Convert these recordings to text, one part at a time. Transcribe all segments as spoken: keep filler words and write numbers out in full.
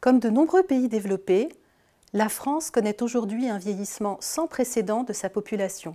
Comme de nombreux pays développés, la France connaît aujourd'hui un vieillissement sans précédent de sa population.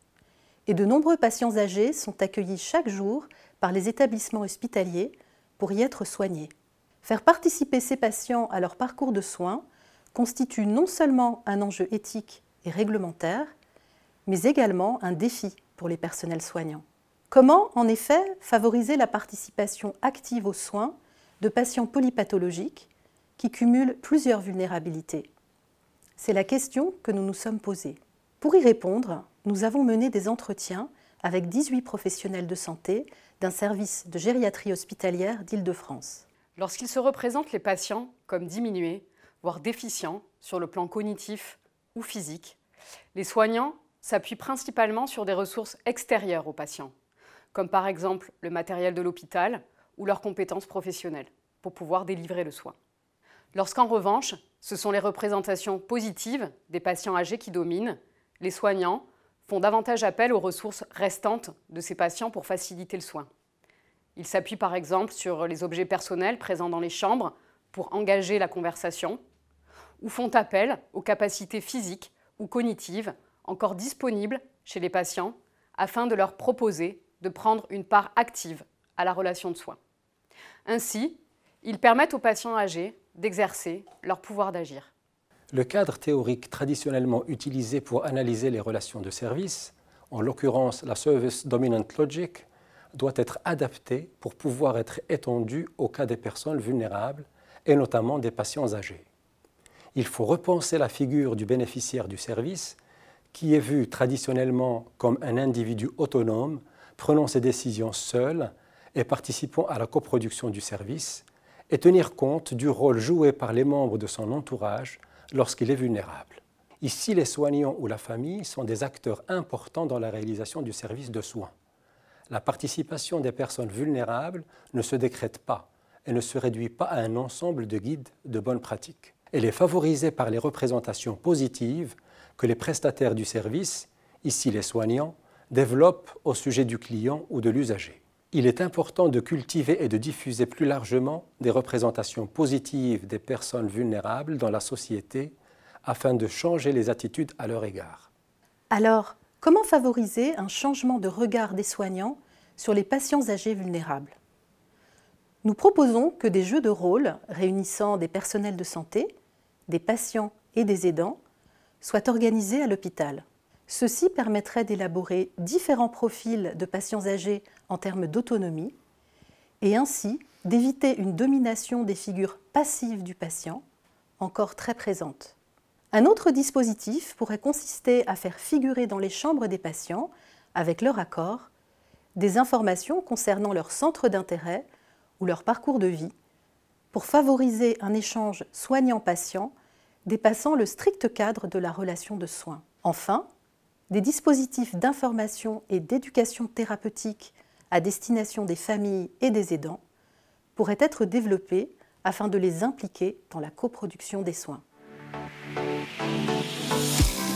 Et de nombreux patients âgés sont accueillis chaque jour par les établissements hospitaliers pour y être soignés. Faire participer ces patients à leur parcours de soins constitue non seulement un enjeu éthique et réglementaire, mais également un défi pour les personnels soignants. Comment, en effet, favoriser la participation active aux soins de patients polypathologiques qui cumulent plusieurs vulnérabilités? C'est la question que nous nous sommes posée. Pour y répondre, nous avons mené des entretiens avec dix-huit professionnels de santé d'un service de gériatrie hospitalière d'Île-de-France. Lorsqu'ils se représentent les patients comme diminués, voire déficients sur le plan cognitif ou physique, les soignants s'appuient principalement sur des ressources extérieures aux patients, comme par exemple le matériel de l'hôpital ou leurs compétences professionnelles, pour pouvoir délivrer le soin. Lorsqu'en revanche, ce sont les représentations positives des patients âgés qui dominent, les soignants font davantage appel aux ressources restantes de ces patients pour faciliter le soin. Ils s'appuient par exemple sur les objets personnels présents dans les chambres pour engager la conversation, ou font appel aux capacités physiques ou cognitives encore disponibles chez les patients afin de leur proposer de prendre une part active à la relation de soins. Ainsi, ils permettent aux patients âgés d'exercer leur pouvoir d'agir. Le cadre théorique traditionnellement utilisé pour analyser les relations de service, en l'occurrence la Service Dominant Logic, doit être adapté pour pouvoir être étendu au cas des personnes vulnérables et notamment des patients âgés. Il faut repenser la figure du bénéficiaire du service qui est vu traditionnellement comme un individu autonome prenant ses décisions seul et participant à la coproduction du service et tenir compte du rôle joué par les membres de son entourage lorsqu'il est vulnérable. Ici, les soignants ou la famille sont des acteurs importants dans la réalisation du service de soins. La participation des personnes vulnérables ne se décrète pas et ne se réduit pas à un ensemble de guides de bonnes pratiques. Elle est favorisée par les représentations positives que les prestataires du service, ici les soignants, développent au sujet du client ou de l'usager. Il est important de cultiver et de diffuser plus largement des représentations positives des personnes vulnérables dans la société afin de changer les attitudes à leur égard. Alors, comment favoriser un changement de regard des soignants sur les patients âgés vulnérables? Nous proposons que des jeux de rôle réunissant des personnels de santé, des patients et des aidants soient organisés à l'hôpital. Ceci permettrait d'élaborer différents profils de patients âgés en termes d'autonomie et ainsi d'éviter une domination des figures passives du patient, encore très présentes. Un autre dispositif pourrait consister à faire figurer dans les chambres des patients, avec leur accord, des informations concernant leur centre d'intérêt ou leur parcours de vie, pour favoriser un échange soignant-patient dépassant le strict cadre de la relation de soins. Enfin, des dispositifs d'information et d'éducation thérapeutique à destination des familles et des aidants pourraient être développés afin de les impliquer dans la coproduction des soins.